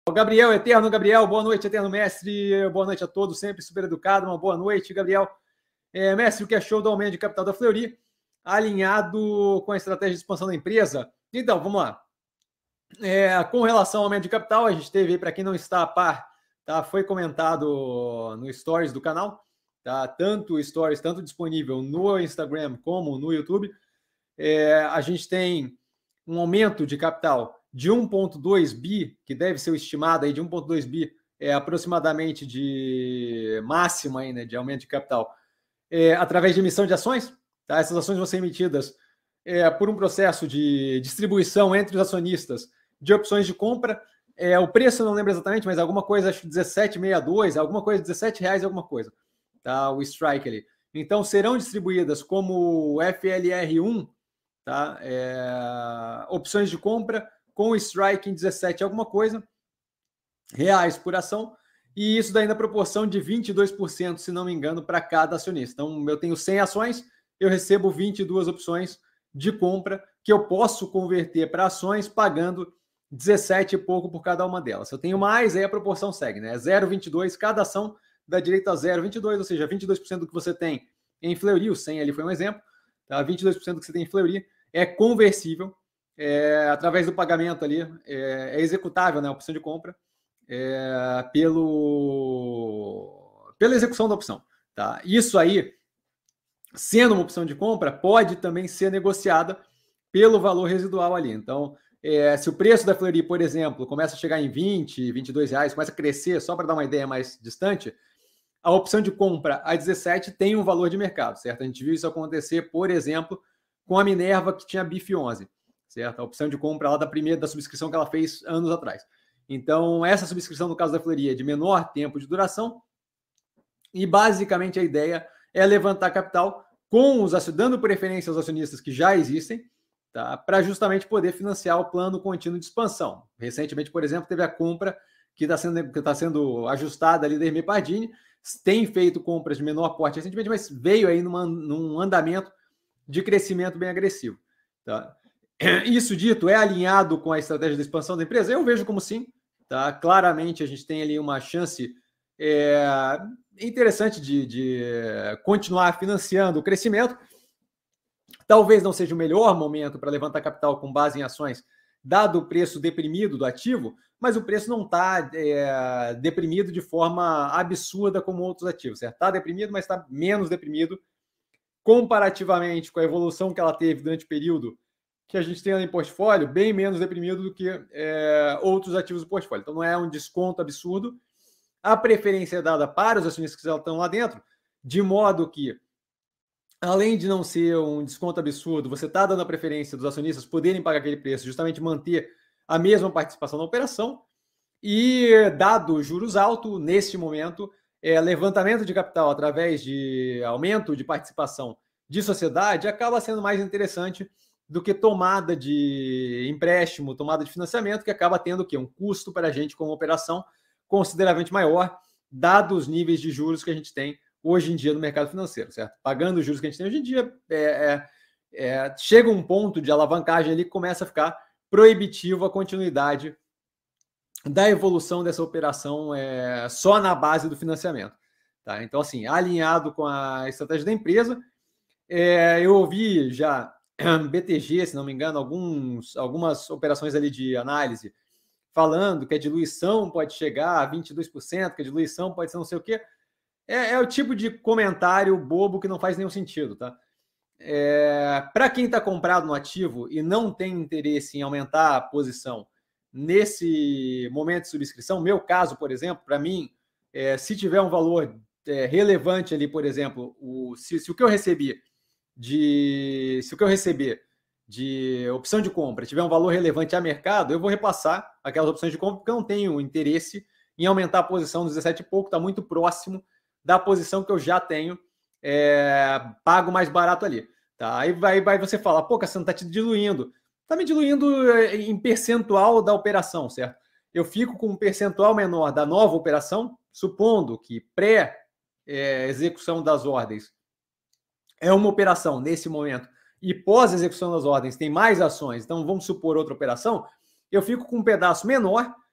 O Gabriel, Eterno Gabriel, boa noite, Eterno Mestre, boa noite a todos, sempre super educado, uma boa noite, Gabriel. Mestre, o que achou do aumento de capital da Fleury, alinhado com a estratégia de expansão da empresa? Então, vamos lá. Com relação ao aumento de capital, a gente teve, para quem não está a par, tá, foi comentado no Stories do canal, tá, tanto o Stories, tanto disponível no Instagram como no YouTube. A gente tem um aumento de capital de 1,2 bi, que deve ser o estimado aí de 1,2 bi, aproximadamente de máxima aí, né, de aumento de capital, através de emissão de ações. Tá? Essas ações vão ser emitidas por um processo de distribuição entre os acionistas de opções de compra. O preço eu não lembro exatamente, mas alguma coisa, acho que 17,62, alguma coisa, R$17 alguma coisa, tá? O strike ali. Então, serão distribuídas como FLR1, tá? Opções de compra com strike em 17 alguma coisa, reais por ação, e isso daí na proporção de 22%, se não me engano, para cada acionista. Então, eu tenho 100 ações, eu recebo 22 opções de compra que eu posso converter para ações pagando 17 e pouco por cada uma delas. Se eu tenho mais, aí a proporção segue, né? 0,22, cada ação dá direito a 0,22, ou seja, 22% do que você tem em Fleury, o 100 ali foi um exemplo, tá? 22% do que você tem em Fleury é conversível, através do pagamento ali, é executável, né, a opção de compra, pela execução da opção. Tá? Isso aí, sendo uma opção de compra, pode também ser negociada pelo valor residual ali. Então, se o preço da Fleury, por exemplo, começa a chegar em 20, 22 reais, começa a crescer, só para dar uma ideia mais distante, a opção de compra a 17 tem um valor de mercado, certo? A gente viu isso acontecer, por exemplo, com a Minerva, que tinha BIF 11, certo? A opção de compra lá da subscrição que ela fez anos atrás. Então, essa subscrição, no caso da Fleury, é de menor tempo de duração, e basicamente a ideia é levantar capital dando preferência aos acionistas que já existem, tá? Para justamente poder financiar o plano contínuo de expansão. Recentemente, por exemplo, teve a compra que está sendo ajustada ali da Hermé Pardini, tem feito compras de menor porte recentemente, mas veio aí num andamento de crescimento bem agressivo. Tá? Isso dito, é alinhado com a estratégia de expansão da empresa? Eu vejo como sim. Tá? Claramente, a gente tem ali uma chance interessante de continuar financiando o crescimento. Talvez não seja o melhor momento para levantar capital com base em ações, dado o preço deprimido do ativo, mas o preço não está deprimido de forma absurda como outros ativos. Está deprimido, mas está menos deprimido comparativamente com a evolução que ela teve durante o período que a gente tem em portfólio, bem menos deprimido do que outros ativos do portfólio. Então, não é um desconto absurdo. A preferência é dada para os acionistas que já estão lá dentro, de modo que, além de não ser um desconto absurdo, você está dando a preferência dos acionistas poderem pagar aquele preço, justamente manter a mesma participação na operação, e dado juros altos, neste momento, levantamento de capital através de aumento de participação de sociedade acaba sendo mais interessante do que tomada de empréstimo, tomada de financiamento, que acaba tendo o quê? Um custo para a gente como operação consideravelmente maior, dados os níveis de juros que a gente tem hoje em dia no mercado financeiro, certo? Pagando os juros que a gente tem hoje em dia, chega um ponto de alavancagem ali que começa a ficar proibitivo a continuidade da evolução dessa operação só na base do financiamento. Tá? Então, assim, alinhado com a estratégia da empresa, eu ouvi já BTG, se não me engano, algumas operações ali de análise falando que a diluição pode chegar a 22%, que a diluição pode ser não sei o quê. É o tipo de comentário bobo que não faz nenhum sentido, tá? Para quem está comprado no ativo e não tem interesse em aumentar a posição nesse momento de subscrição, meu caso, por exemplo, para mim, se tiver um valor relevante ali, por exemplo, se o que eu receber de opção de compra tiver um valor relevante a mercado, eu vou repassar aquelas opções de compra, porque eu não tenho interesse em aumentar a posição dos 17 e pouco, está muito próximo da posição que eu já tenho, pago mais barato ali. Tá? Aí vai você falar, pô, Cassiano, está te diluindo. Está me diluindo em percentual da operação, certo? Eu fico com um percentual menor da nova operação, supondo que pré-execução das ordens é uma operação nesse momento e pós-execução das ordens tem mais ações, então vamos supor outra operação, eu fico com um pedaço menor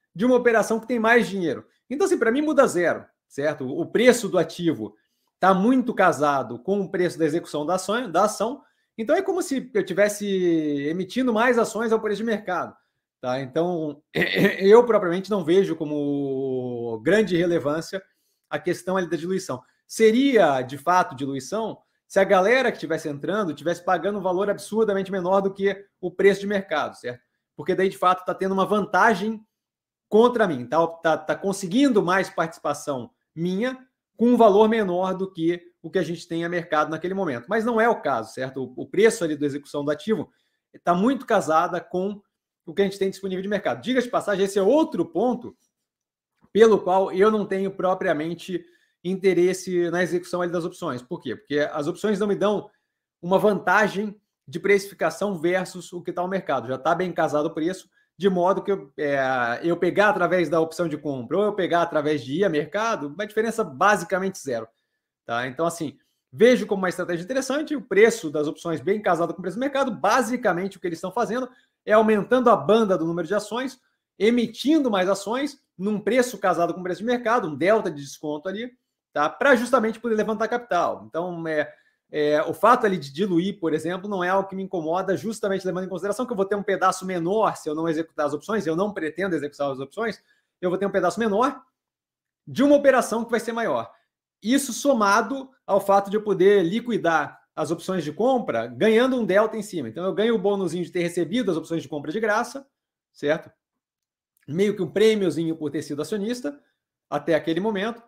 de uma operação que tem mais dinheiro. Então, assim, para mim muda zero, certo? O preço do ativo está muito casado com o preço da execução da ação. Então, é como se eu estivesse emitindo mais ações ao preço de mercado. Tá? Então, eu propriamente não vejo como grande relevância a questão ali da diluição. Seria, de fato, diluição se a galera que estivesse entrando estivesse pagando um valor absurdamente menor do que o preço de mercado, certo? Porque daí, de fato, está tendo uma vantagem contra mim, tá conseguindo mais participação minha com um valor menor do que o que a gente tem a mercado naquele momento. Mas não é o caso, certo? O preço ali da execução do ativo está muito casada com o que a gente tem disponível de mercado. Diga de passagem, esse é outro ponto pelo qual eu não tenho propriamente interesse na execução ali das opções. Por quê? Porque as opções não me dão uma vantagem de precificação versus o que está no mercado. Já está bem casado o preço, de modo que eu pegar através da opção de compra ou eu pegar através de ir a mercado, uma diferença basicamente zero. Tá? Então, assim, vejo como uma estratégia interessante, o preço das opções bem casado com o preço do mercado. Basicamente, o que eles estão fazendo é aumentando a banda do número de ações, emitindo mais ações num preço casado com o preço de mercado, um delta de desconto ali, tá? Para justamente poder levantar capital. Então, o fato ali de diluir, por exemplo, não é algo que me incomoda, justamente levando em consideração que eu vou ter um pedaço menor se eu não executar as opções, eu não pretendo executar as opções, eu vou ter um pedaço menor de uma operação que vai ser maior. Isso somado ao fato de eu poder liquidar as opções de compra, ganhando um delta em cima. Então, eu ganho o bônusinho de ter recebido as opções de compra de graça, certo? Meio que um prêmiozinho por ter sido acionista até aquele momento.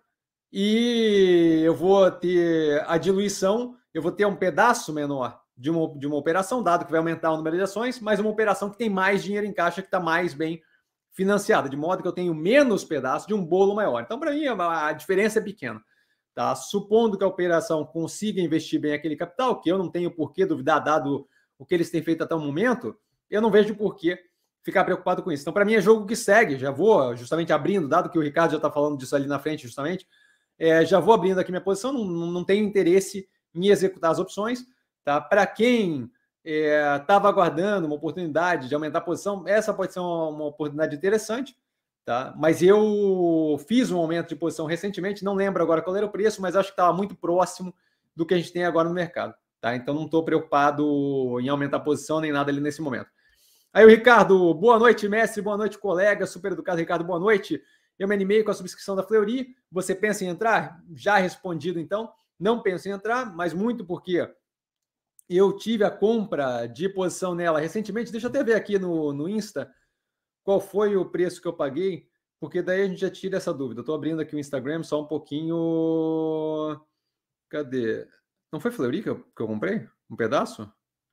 E eu vou ter a diluição, eu vou ter um pedaço menor de uma operação, dado que vai aumentar o número de ações, mas uma operação que tem mais dinheiro em caixa, que está mais bem financiada, de modo que eu tenho menos pedaço de um bolo maior. Então, para mim, a diferença é pequena. Tá? Supondo que a operação consiga investir bem aquele capital, que eu não tenho por que duvidar, dado o que eles têm feito até o momento, eu não vejo por que ficar preocupado com isso. Então, para mim, é jogo que segue. Já vou justamente abrindo, dado que o Ricardo já está falando disso ali na frente, justamente, já vou abrindo aqui minha posição, não tenho interesse em executar as opções. Tá? Para quem estava aguardando uma oportunidade de aumentar a posição, essa pode ser uma oportunidade interessante. Tá? Mas eu fiz um aumento de posição recentemente, não lembro agora qual era o preço, mas acho que estava muito próximo do que a gente tem agora no mercado. Tá? Então não estou preocupado em aumentar a posição nem nada ali nesse momento. Aí o Ricardo, boa noite, mestre, boa noite, colega, super educado, Ricardo, boa noite. Eu me animei com a subscrição da Fleury. Você pensa em entrar? Já respondido, então. Não penso em entrar, mas muito porque eu tive a compra de posição nela recentemente. Deixa eu até ver aqui no Insta qual foi o preço que eu paguei, porque daí a gente já tira essa dúvida. Eu estou abrindo aqui o Instagram só um pouquinho. Cadê? Não foi Fleury que eu comprei? Um pedaço?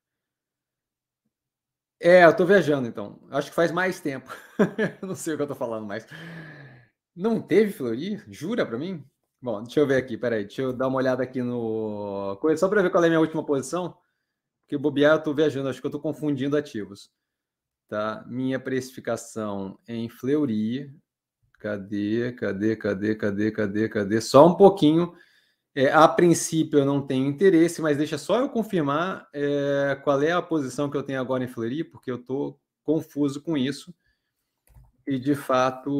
Eu estou viajando, então. Acho que faz mais tempo. Não sei o que eu estou falando mais. Não teve Fleury? Jura para mim? Bom, deixa eu ver aqui, peraí. Deixa eu dar uma olhada aqui no... Só para ver qual é a minha última posição. Porque bobear, eu estou viajando. Acho que eu estou confundindo ativos. Tá? Minha precificação em Fleury. Cadê? Só um pouquinho. A princípio eu não tenho interesse, mas deixa só eu confirmar qual é a posição que eu tenho agora em Fleury, porque eu estou confuso com isso. E, de fato,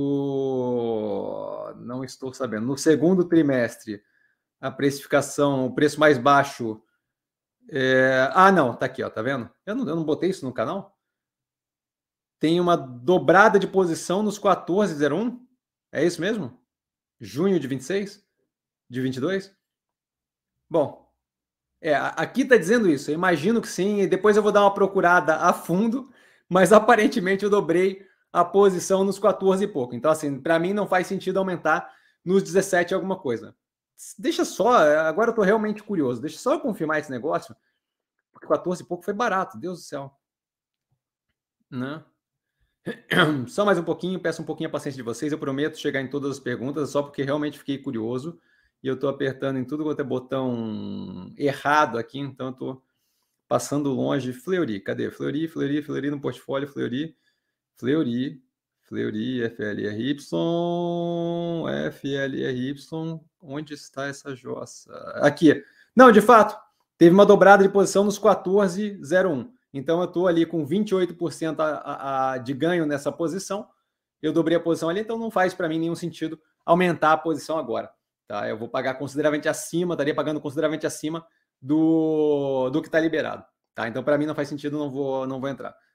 não estou sabendo. No segundo trimestre, a precificação, o preço mais baixo... não, tá aqui, ó, tá vendo? Eu não botei isso no canal? Tem uma dobrada de posição nos 14,01? É isso mesmo? Junho de 26? De 22? Bom, aqui está dizendo isso. Eu imagino que sim, e depois eu vou dar uma procurada a fundo, mas aparentemente eu dobrei a posição nos 14 e pouco. Então, assim, para mim não faz sentido aumentar nos 17 alguma coisa. Deixa só, agora eu estou realmente curioso, deixa só eu confirmar esse negócio, porque 14 e pouco foi barato, Deus do céu. Né? Só mais um pouquinho, peço um pouquinho a paciência de vocês, eu prometo chegar em todas as perguntas, só porque realmente fiquei curioso, e eu estou apertando em tudo quanto é botão errado aqui, então eu estou passando longe. Fleury, cadê? Fleury no portfólio, Fleury, FLRY, onde está essa jossa? Aqui. Não, de fato, teve uma dobrada de posição nos 14,01. Então, eu estou ali com 28% de ganho nessa posição, eu dobrei a posição ali, então não faz para mim nenhum sentido aumentar a posição agora. Tá? Eu vou pagar consideravelmente acima, estaria pagando consideravelmente acima do que está liberado. Tá? Então, para mim, não faz sentido, não vou entrar.